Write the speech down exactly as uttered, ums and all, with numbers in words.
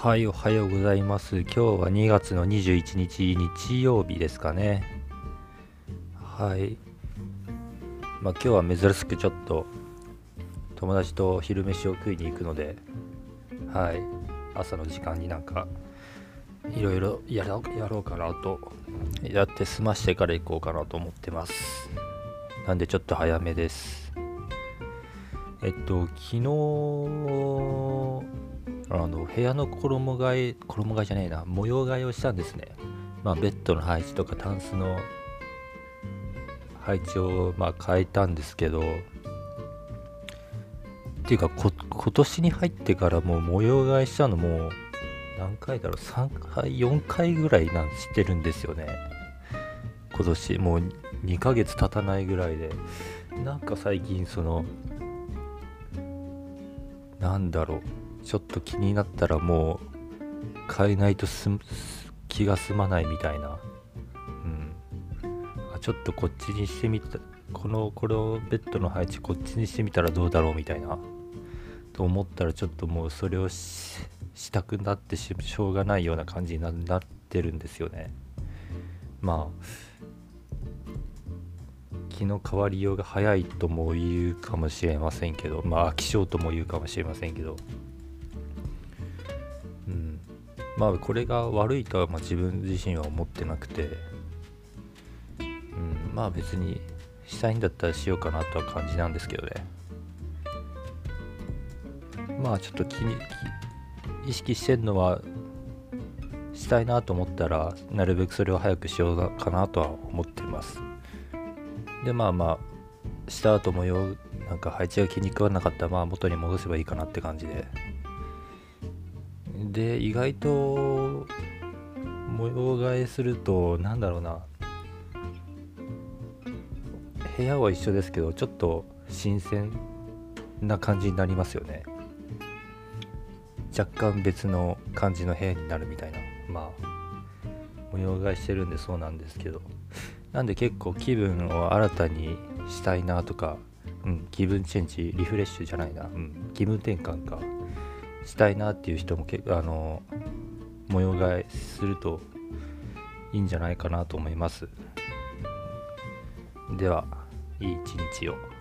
はい、おはようございます。今日はにがつのにじゅういちにち、日曜日ですかね。はい。まあ今日は珍しくちょっと友達と昼飯を食いに行くので、はい。朝の時間になんかいろいろやろうやろうかなと、やって済ましてから行こうかなと思ってます。なんでちょっと早めです。えっと、昨日、あの部屋の衣替え衣替えじゃないな模様替えをしたんですね。まあベッドの配置とかタンスの配置をまあ変えたんですけど、っていうかこ今年に入ってからもう模様替えしたのもう何回だろう、さんかいよんかいぐらいなんしてるんですよね。今年もうにかげつ経たないぐらいで、なんか最近そのなんだろう、ちょっと気になったらもう変えないとす気が済まないみたいな。うん。あ、ちょっとこっちにしてみた、このこのベッドの配置こっちにしてみたらどうだろうみたいなと思ったら、ちょっともうそれを し, したくなってししょうがないような感じにななってるんですよね。まあ気の変わりようが早いとも言うかもしれませんけど、まあ飽き性とも言うかもしれませんけど、うん、まあこれが悪いとはまあ自分自身は思ってなくて、うん、まあ別にしたいんだったらしようかなとは感じなんですけどね。まあちょっと気に気意識してるのは、したいなと思ったらなるべくそれを早くしようかなとは思っています。でまあまあした後もよなんか配置が気に食わなかったらまあ元に戻せばいいかなって感じで、で意外と模様替えするとなんだろうな、部屋は一緒ですけどちょっと新鮮な感じになりますよね。若干別の感じの部屋になるみたいな。まあ模様替えしてるんでそうなんですけど、なんで結構気分を新たにしたいなとか、うん、気分チェンジリフレッシュじゃないな、うん、気分転換かしたいなっていう人もけあの模様替えするといいんじゃないかなと思います。では、いい一日を。